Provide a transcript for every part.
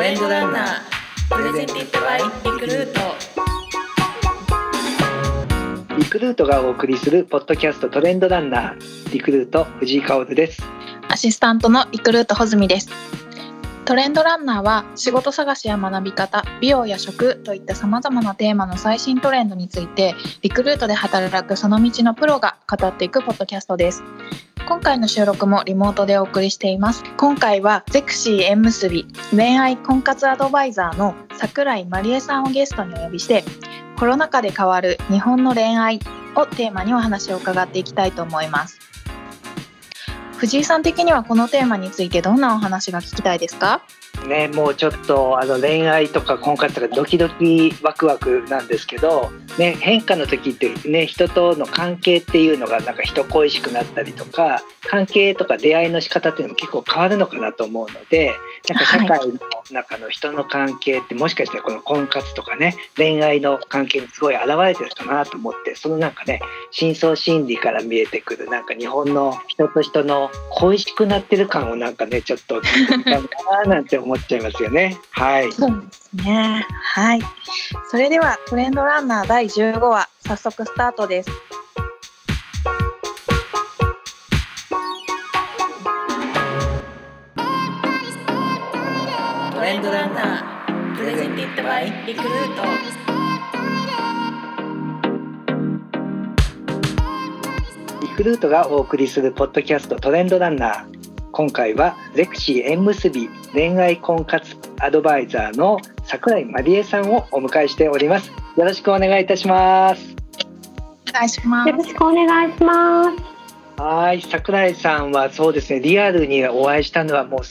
レンドランナープレゼンティッドバイリクルート。 リクルートがお送りするポッドキャストトレンドランナー、リクルート藤井香です。 アシスタントのリクルート穂積です。トレンドランナーは仕事探しや学び方、美容や食といった様々なテーマの最新トレンドについてリクルートで働くその道のプロが語っていくポッドキャストです。今回の収録もリモートでお送りしています。今回はゼクシー縁結び恋愛婚活アドバイザーの桜井まりえさんをゲストにお呼びして、コロナ禍で変わる日本の恋愛をテーマにお話を伺っていきたいと思います。藤井さん的にはこのテーマについてどんなお話が聞きたいですか？ ね、もうちょっと恋愛とか婚活とかドキドキワクワクなんですけど、ね、変化の時ってね、人との関係っていうのがなんか人恋しくなったりとか、関係とか出会いの仕方っていうのも結構変わるのかなと思うので、なんか社会の中の人の関係ってもしかしたらこの婚活とかね、恋愛の関係にすごい現れてるかなと思って、そのなんかね、深層心理から見えてくるなんか日本の人と人の恋しくなってる感をなんかね、ちょっと見たいななんて思っちゃいますよね。はい。 そうですね。はい。それではトレンドランナー第15話早速スタートです。 トレンドランナープレゼンティッドバイリクルート。 リクルートがお送りするポッドキャストトレンドランナー。今回はゼクシー縁結び恋愛婚活アドバイザーの桜井まりえさんをお迎えしております。よろしくお願いいたします。 お願いします。 よろしくお願いします。 はい、桜井さんはそうですね、リアルにお会いしたのはもう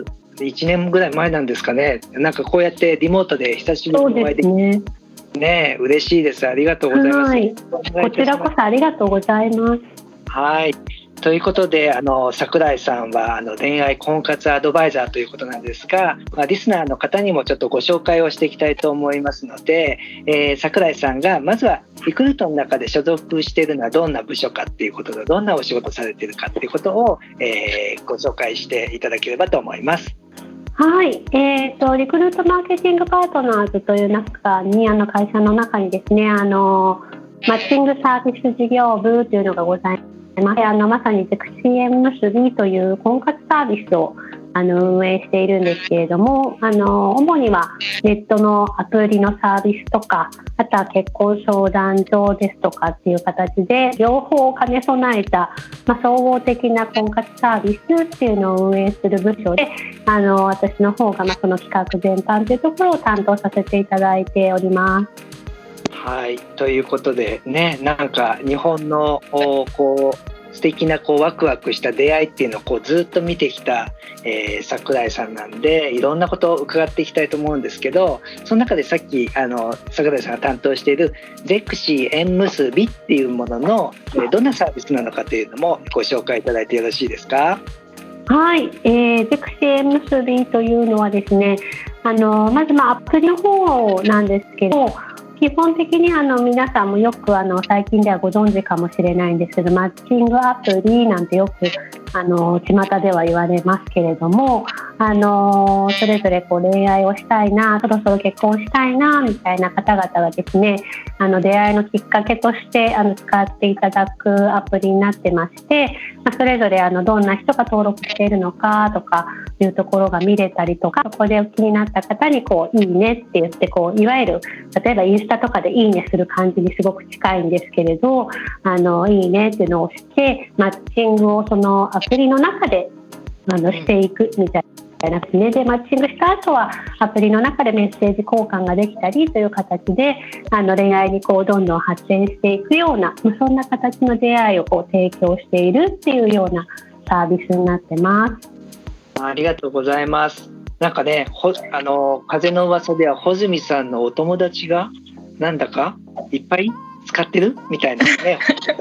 1年ぐらい前なんですかね。なんかこうやってリモートで久しぶりにお会いできてね、嬉しいです。ありがとうございます。 はい、こちらこそありがとうございます。 はい、ということで桜井さんは恋愛婚活アドバイザーということなんですが、リスナーの方にもちょっとご紹介をしていきたいと思いますので、桜井さんがまずはリクルートの中で所属しているのはどんな部署かっていうことで、どんなお仕事されているかっていうことを、ご紹介していただければと思います。 はい、リクルートマーケティングパートナーズという中に会社の中にですね、マッチングサービス事業部というのがございます。まさにゼクシー縁結びという婚活サービスを運営しているんですけれども、主にはネットのアプリのサービスとか、あとは結婚相談所ですとかっていう形で両方を兼ね備えた、総合的な婚活サービスっていうのを運営する部署で、私の方がその企画全般というところを担当させていただいております。 はい、ということでね、なんか日本のこう素敵なワクワクした出会いっていうのをずっと見てきた、桜井さんなんで、いろんなことを伺っていきたいと思うんですけど、その中でさっき桜井さんが担当しているゼクシー縁結びっていうものの、どんなサービスなのかというのもご紹介いただいてよろしいですか？ はい、ゼクシー縁結びというのはですね、まずアプリの方なんですけど、基本的に皆さんもよく最近ではご存知かもしれないんですけど、マッチングアプリなんてよく巷では言われますけれども、それぞれ恋愛をしたいな、そろそろ結婚したいなみたいな方々がですね、出会いのきっかけとして使っていただくアプリになってまして、それぞれどんな人が登録しているのかとかいうところが見れたりとか、そこで気になった方にいいねって言っていわゆる例えばインスタとかでいいねする感じにすごく近いんですけれど、いいねっていうのをしてマッチングをそのアプリの中でしていくみたいなですね。でマッチングした後はアプリの中でメッセージ交換ができたりという形で恋愛にどんどん発展していくような、そんな形の出会いを提供しているっていうようなサービスになってます。 ありがとうございます。なんかね、風の噂では穂積さんのお友達がなんだかいっぱい使ってるみたいなね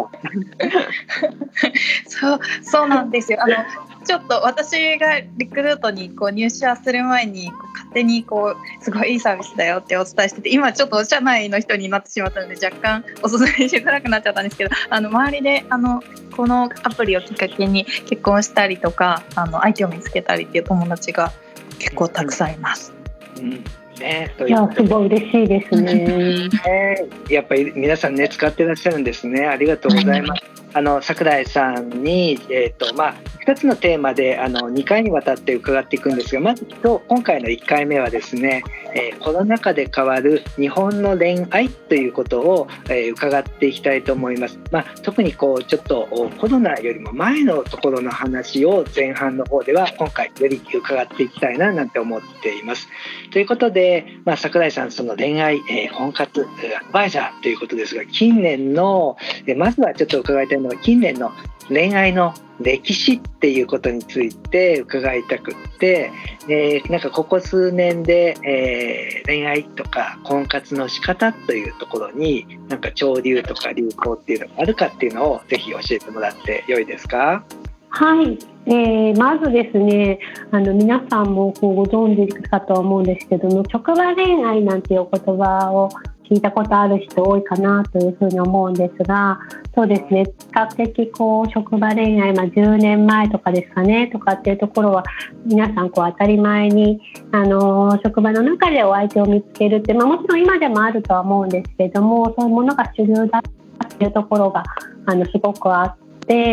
そうなんですよ。ちょっと私がリクルートに入社する前に勝手にすごいいいサービスだよってお伝えしてて、今ちょっと社内の人になってしまったので若干おすすめしづらくなっちゃったんですけど、周りでこのアプリをきっかけに結婚したりとか相手を見つけたりっていう友達が結構たくさんいます。 ね、 いやすごい嬉しいですね。 やっぱり皆さんね使ってらっしゃるんですね。ありがとうございます。櫻井さんに、2つのテーマで2回にわたって伺っていくんですが、まず今回の1回目はですね、コロナ禍で変わる日本の恋愛ということを、伺っていきたいと思います。特にちょっとコロナよりも前のところの話を前半の方では今回より伺っていきたいななんて思っています。ということで、櫻井さんその恋愛、婚活アドバイザーということですが、近年のまずはちょっと伺いたいのは近年の恋愛の歴史っていうことについて伺いたくって、なんかここ数年で、恋愛とか婚活の仕方というところになんか潮流とか流行っていうのがあるかっていうのをぜひ教えてもらってよいですか？ はい、まずですね、皆さんもご存知かと思うんですけども、職場恋愛なんていう言葉を聞いたことある人多いかなというふうに思うんですが、そうですね、比較的職場恋愛、10年前とかですかねとかっていうところは皆さん当たり前に職場の中でお相手を見つけるって、もちろん今でもあるとは思うんですけれども、そういうものが主流だっていうところがすごくあって、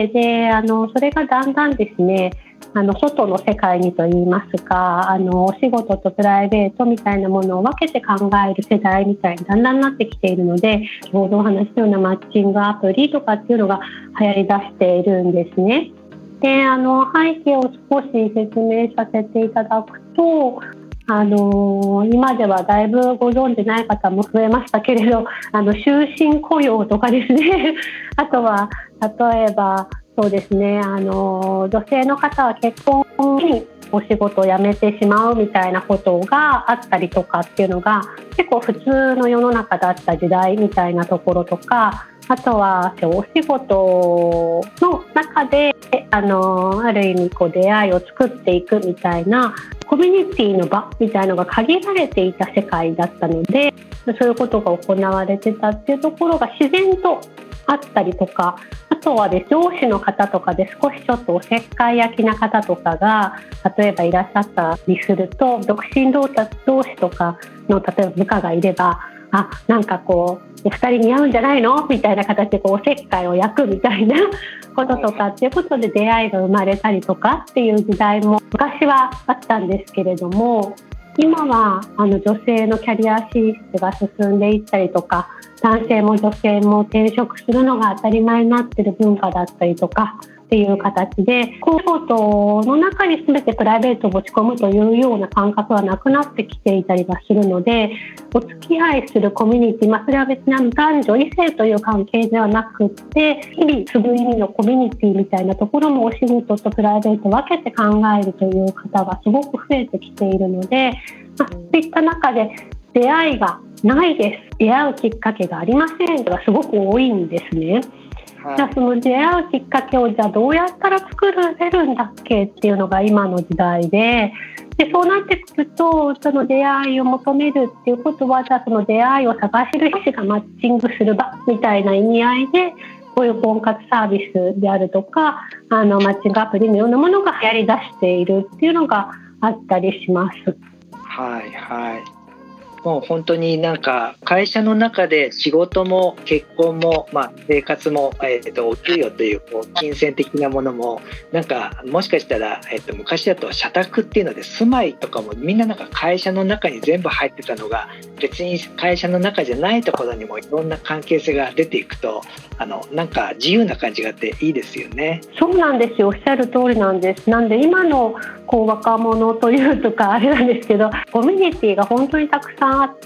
でそれがだんだんですね外の世界にといいますかお仕事とプライベートみたいなものを分けて考える世代みたいにだんだんなってきているので、先ほどお話したようなマッチングアプリとかっていうのが流行り出しているんですね。で背景を少し説明させていただくと、今ではだいぶご存じない方も増えましたけれど、終身雇用とかですねあとは例えばそうですね、女性の方は結婚にお仕事を辞めてしまうみたいなことがあったりとかっていうのが結構普通の世の中だった時代みたいなところとか、あとはお仕事の中である意味出会いを作っていくみたいなコミュニティの場みたいなのが限られていた世界だったので、そういうことが行われてたっていうところが自然とあったりとか、あとは上司の方とかで少しちょっとおせっかい焼きな方とかが例えばいらっしゃったりすると、独身同士とかの例えば部下がいれば、なんかお二人似合うんじゃないのみたいな形でおせっかいを焼くみたいなこととかっていうことで出会いが生まれたりとかっていう時代も昔はあったんですけれども、今は女性のキャリア進出が進んでいったりとか、男性も女性も転職するのが当たり前になっている文化だったりとかっていう形で、コンフォートの中に全てプライベートを持ち込むというような感覚はなくなってきていたりはするので、お付き合いするコミュニティ、それは別に男女異性という関係ではなくって日々継ぐ意味のコミュニティみたいなところもお仕事とプライベートを分けて考えるという方がすごく増えてきているので、そういった中で出会いがないです、出会うきっかけがありませんがすごく多いんですね。じゃあその出会うきっかけをどうやったら作れるんだっけっていうのが今の時代で、そうなってくるとその出会いを求めるっていうことは、その出会いを探してる人がマッチングする場みたいな意味合いでこういう婚活サービスであるとかマッチングアプリのようなものが流行り出しているっていうのがあったりします。 はいはい、もう本当になんか会社の中で仕事も結婚も、生活も、お給与という金銭的なものもなんかもしかしたら、昔だと社宅っていうので住まいとかもみんななんか会社の中に全部入ってたのが、別に会社の中じゃないところにもいろんな関係性が出ていくとなんか自由な感じがあっていいですよね。 そうなんですよ、おっしゃる通りなんです。なんで今の若者というとかあれなんですけど、コミュニティが本当にたくさんあって、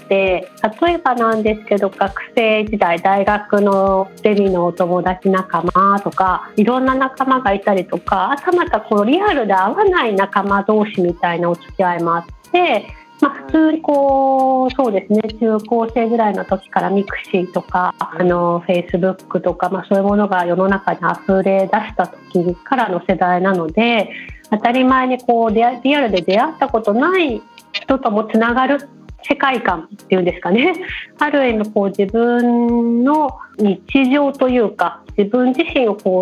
例えばなんですけど学生時代大学のゼミのお友達仲間とかいろんな仲間がいたりとか、あとまたリアルで会わない仲間同士みたいなお付き合いもあって、普通にそうですね、中高生ぐらいの時からミクシーとかフェイスブックとか、そういうものが世の中に溢れ出した時からの世代なので、当たり前にリアルで出会ったことない人ともつながる世界観っていうんですかね、ある意味自分の日常というか自分自身を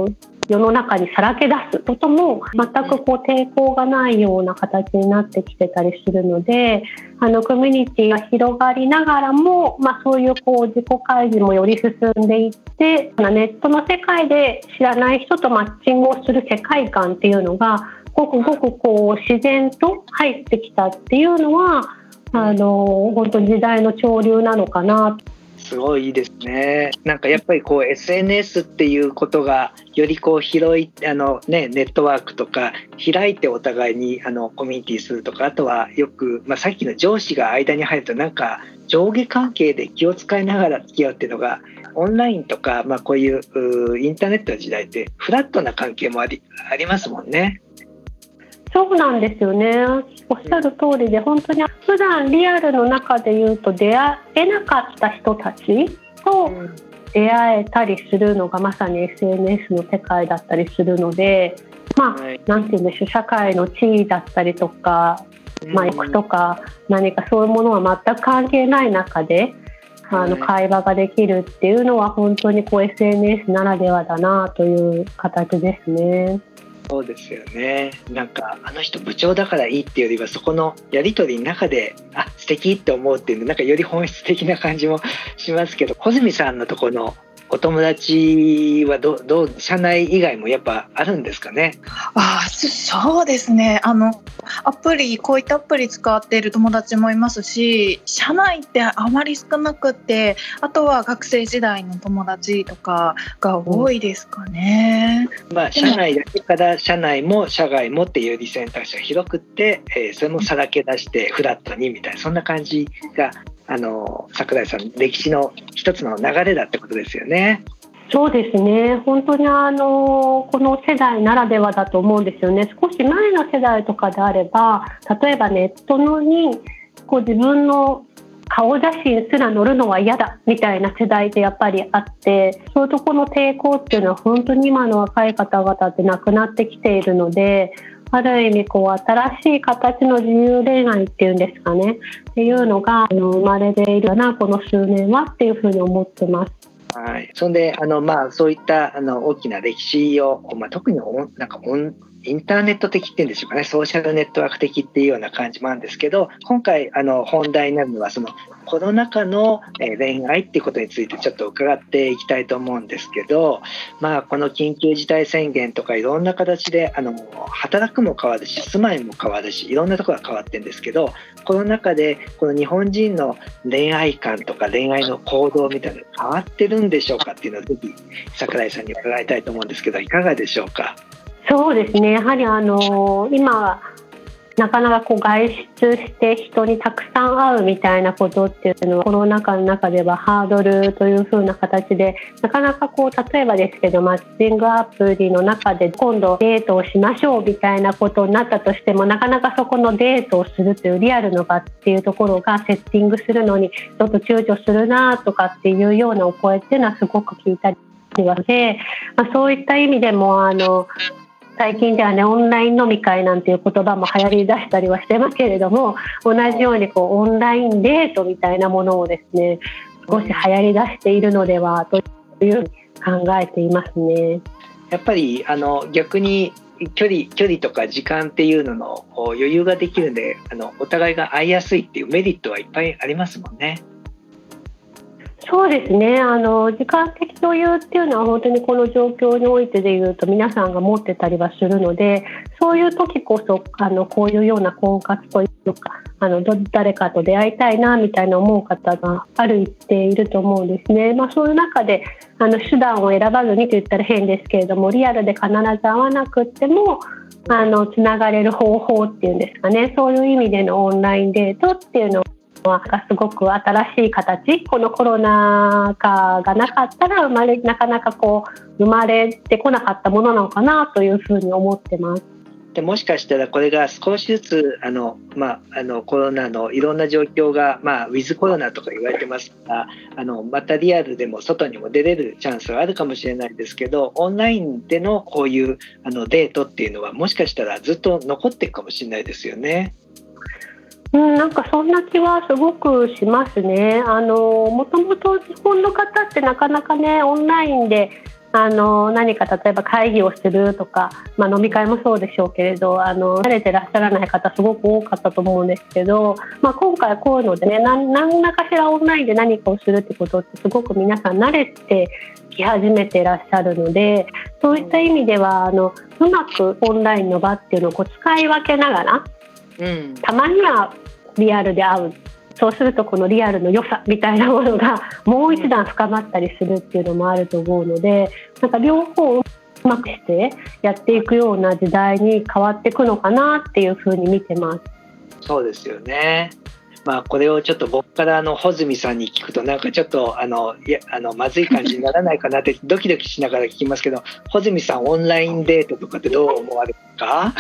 世の中にさらけ出すことも全く抵抗がないような形になってきてたりするので、コミュニティが広がりながらも、そういう自己開示もより進んでいって、ネットの世界で知らない人とマッチングをする世界観っていうのがごくごく自然と入ってきたっていうのは本当に時代の潮流なのかな。 すごいいいですね。なんかやっぱりSNS っていうことがより広いネットワークとか開いてお互いにコミュニティするとか、あとはよく、さっきの上司が間に入るとなんか上下関係で気を使いながら付き合うっていうのがオンラインとか、こういうインターネットの時代ってフラットな関係もありますもんね。 そうなんですよね。おっしゃる通りで、本当に普段リアルの中で言うと出会えなかった人たちと出会えたりするのがまさに SNS の世界だったりするので、なんて言うんでしょう、社会の地位だったりとか、欲とか何かそういうものは全く関係ない中で会話ができるっていうのは本当にSNS ならではだなという形ですね。 そうですよね。なんかあの人部長だからいいっていうよりは、そこのやり取りの中で素敵って思うっていうのなんかより本質的な感じもしますけど、穂積さんのところのお友達はどう社内以外もやっぱあるんですかね。 そうですね。こういったアプリ使っている友達もいますし、社内ってあまり少なくて、あとは学生時代の友達とかが多いですかね。 社内だけから社内も社外もっていうより選択肢が広くって、それもさらけ出してフラットにみたいな、そんな感じが櫻井さん歴史の一つの流れだってことですよね。 そうですね。本当にこの世代ならではだと思うんですよね。少し前の世代とかであれば、例えばネットに自分の顔写真すら載るのは嫌だみたいな世代ってやっぱりあって、そういうところの抵抗っていうのは本当に今の若い方々ってなくなってきているので、ある意味新しい形の自由恋愛っていうんですかね、っていうのが生まれているかな、この数年はっていうふうに思ってます。 はい、そんでそういった大きな歴史を、特にインターネット的っていうんでしょうかね、ソーシャルネットワーク的っていうような感じもあるんですけど、今回本題になるのはそのコロナ禍の恋愛っていうことについてちょっと伺っていきたいと思うんですけど、この緊急事態宣言とかいろんな形で働くも変わるし住まいも変わるしいろんなところが変わってるんですけど、コロナ禍でこの日本人の恋愛観とか恋愛の行動みたいなの変わってるんでしょうかっていうのをぜひ櫻井さんに伺いたいと思うんですけど、いかがでしょうか。 そうですね。やはり今なかなか外出して人にたくさん会うみたいなことっていうのはコロナ禍の中ではハードルという風な形で、なかなか例えばですけどマッチングアプリの中で今度デートをしましょうみたいなことになったとしても、なかなかそこのデートをするというリアルの場っていうところがセッティングするのにちょっと躊躇するなとかっていうようなお声っていうのはすごく聞いたりはして、そういった意味でも最近ではね、オンライン飲み会なんていう言葉も流行り出したりはしてますけれども、同じようにオンラインデートみたいなものをですね、少し流行り出しているのではというふうに考えていますね。 やっぱり逆に距離とか時間っていうのの余裕ができるんで、お互いが会いやすいっていうメリットはいっぱいありますもんね。 そうですね。時間的余裕っていうのは本当にこの状況においてでいうと皆さんが持ってたりはするので、そういう時こそこういうような婚活というか誰かと出会いたいなみたいな思う方がある一定いると思うんですね。そういう中で手段を選ばずにと言ったら変ですけれども、リアルで必ず会わなくってもつながれる方法っていうんですかね、そういう意味でのオンラインデートっていうのはすごく新しい形、このコロナ禍がなかったらなかなか生まれてこなかったものなのかなというふうに思ってます。 でもしかしたらこれが少しずつコロナのいろんな状況が、ウィズコロナとか言われてますからまたリアルでも外にも出れるチャンスはあるかもしれないですけど、オンラインでのこういうデートっていうのはもしかしたらずっと残っていくかもしれないですよね。 なんかそんな気はすごくしますね。もともと日本の方ってなかなかね、オンラインで何か例えば会議をするとか、飲み会もそうでしょうけれど慣れてらっしゃらない方すごく多かったと思うんですけど、今回こういうのでね何らかしらオンラインで何かをするってことってすごく皆さん慣れてき始めてらっしゃるので、そういった意味ではうまくオンラインの場っていうのを使い分けながら、たまにはリアルで会う、そうするとこのリアルの良さみたいなものがもう一段深まったりするっていうのもあると思うので、なんか両方うまくしてやっていくような時代に変わっていくのかなっていうふうに見てます。 そうですよね。これをちょっと僕から穂積さんに聞くとなんかちょっとまずい感じにならないかなってドキドキしながら聞きますけど、穂積さんオンラインデートとかってどう思われますか？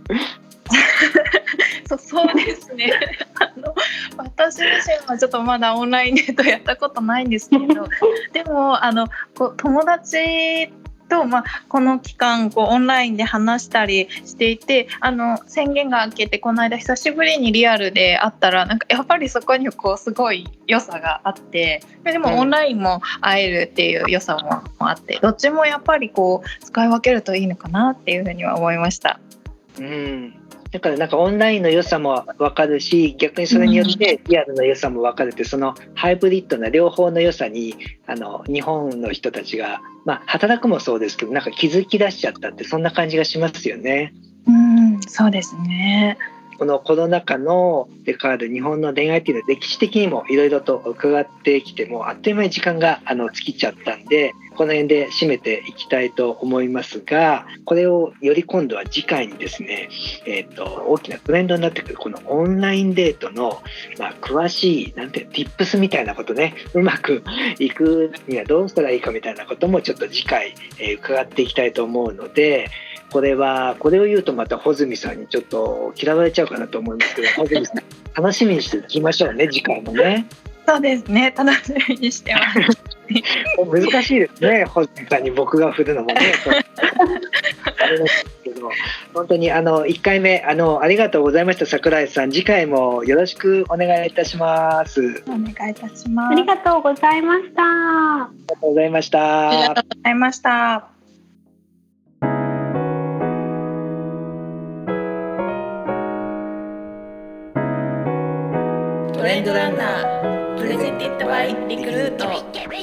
そうですね。私自身はちょっとまだオンラインデートやったことないんですけどでも友達と、この期間オンラインで話したりしていて、宣言が明けてこの間久しぶりにリアルで会ったらなんかやっぱりそこにすごい良さがあって、でもオンラインも会えるっていう良さもあって、どっちもやっぱり使い分けるといいのかなっていうふうには思いました。 だからなんかオンラインの良さも分かるし、逆にそれによってリアルの良さも分かるって、そのハイブリッドな両方の良さに日本の人たちが、働くもそうですけどなんか気づき出しちゃったって、そんな感じがしますよね。 そうですね。 このコロナ禍ので変わる日本の恋愛っていうのは歴史的にもいろいろと伺ってきてもあっという間に時間が尽きちゃったんで、この辺で締めていきたいと思いますが、これをより今度は次回にですね、大きなトレンドになってくるこのオンラインデートの、詳しいtips みたいなことね、うまくいくにはどうしたらいいかみたいなこともちょっと次回、伺っていきたいと思うので、これを言うとまた穂積さんにちょっと嫌われちゃうかなと思いますけど、穂積さん楽しみにしていきましょうね、次回もね。 そうですね、楽しみにしてます難しいですね、穂積さんに僕が振るのもね本当に1回目ありがとうございました。桜井さん、次回もよろしくお願いいたします。 お願いいたします。 ありがとうございました。 ありがとうございました。 ありがとうございました。 トレンドランナープレゼンティッドバイリクルート。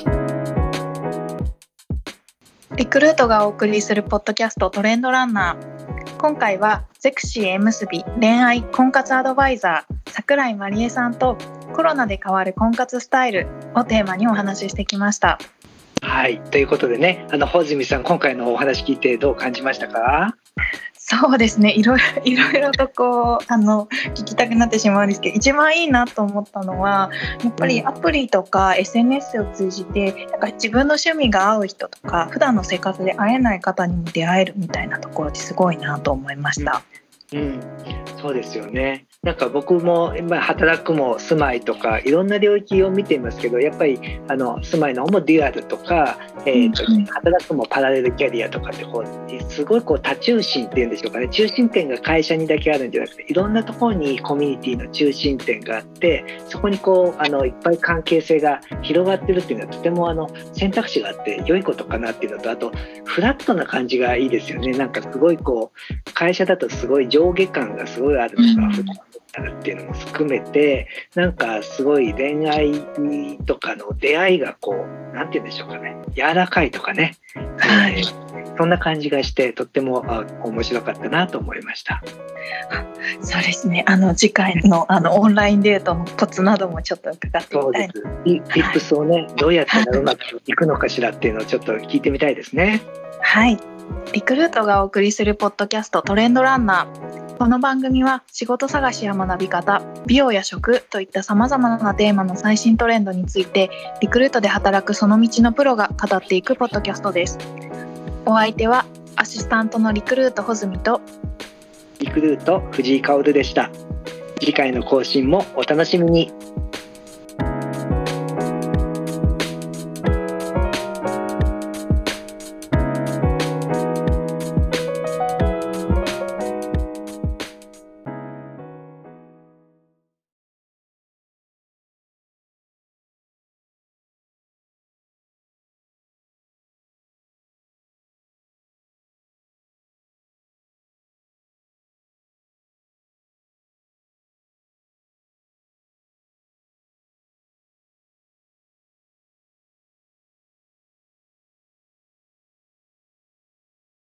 リクルートがお送りするポッドキャストトレンドランナー。今回はゼクシー縁結び恋愛婚活アドバイザー桜井まりえさんとコロナで変わる婚活スタイルをテーマにお話ししてきました。 はい、ということでね、穂積さん、今回のお話聞いてどう感じましたか？ そうですね、いろいろと聞きたくなってしまうんですけど、一番いいなと思ったのはやっぱりアプリとか SNS を通じてなんか自分の趣味が合う人とか普段の生活で会えない方にも出会えるみたいなところってすごいなと思いました。 そうですよね。なんか僕も今働くも住まいとかいろんな領域を見ていますけど、やっぱり住まいの方もデュアルとか、働くもパラレルキャリアとかってすごい多中心っていうんでしょうかね。中心点が会社にだけあるんじゃなくて、いろんなところにコミュニティの中心点があって、そこにいっぱい関係性が広がってるっていうのはとても選択肢があって良いことかなっていうのと、あとフラットな感じがいいですよね。なんかすごい会社だとすごい上下感がすごいあるのがっていうのも含めて、なんかすごい恋愛とかの出会いがなんて言うんでしょうかね、柔らかいとかね、そんな感じがしてとっても面白かったなと思いました。 そうですね、次回のオンラインデートのコツなどもちょっと伺ってみたい。 そうです。Tips をね、どうやったらうまくいくのかしらっていうのをちょっと聞いてみたいですね。 はい、リクルートがお送りするポッドキャストトレンドランナー。この番組は仕事探しや学び方、美容や食といったさまざまなテーマの最新トレンドについてリクルートで働くその道のプロが語っていくポッドキャストです。お相手はアシスタントのリクルート穂積とリクルート藤井薫でした。次回の更新もお楽しみに。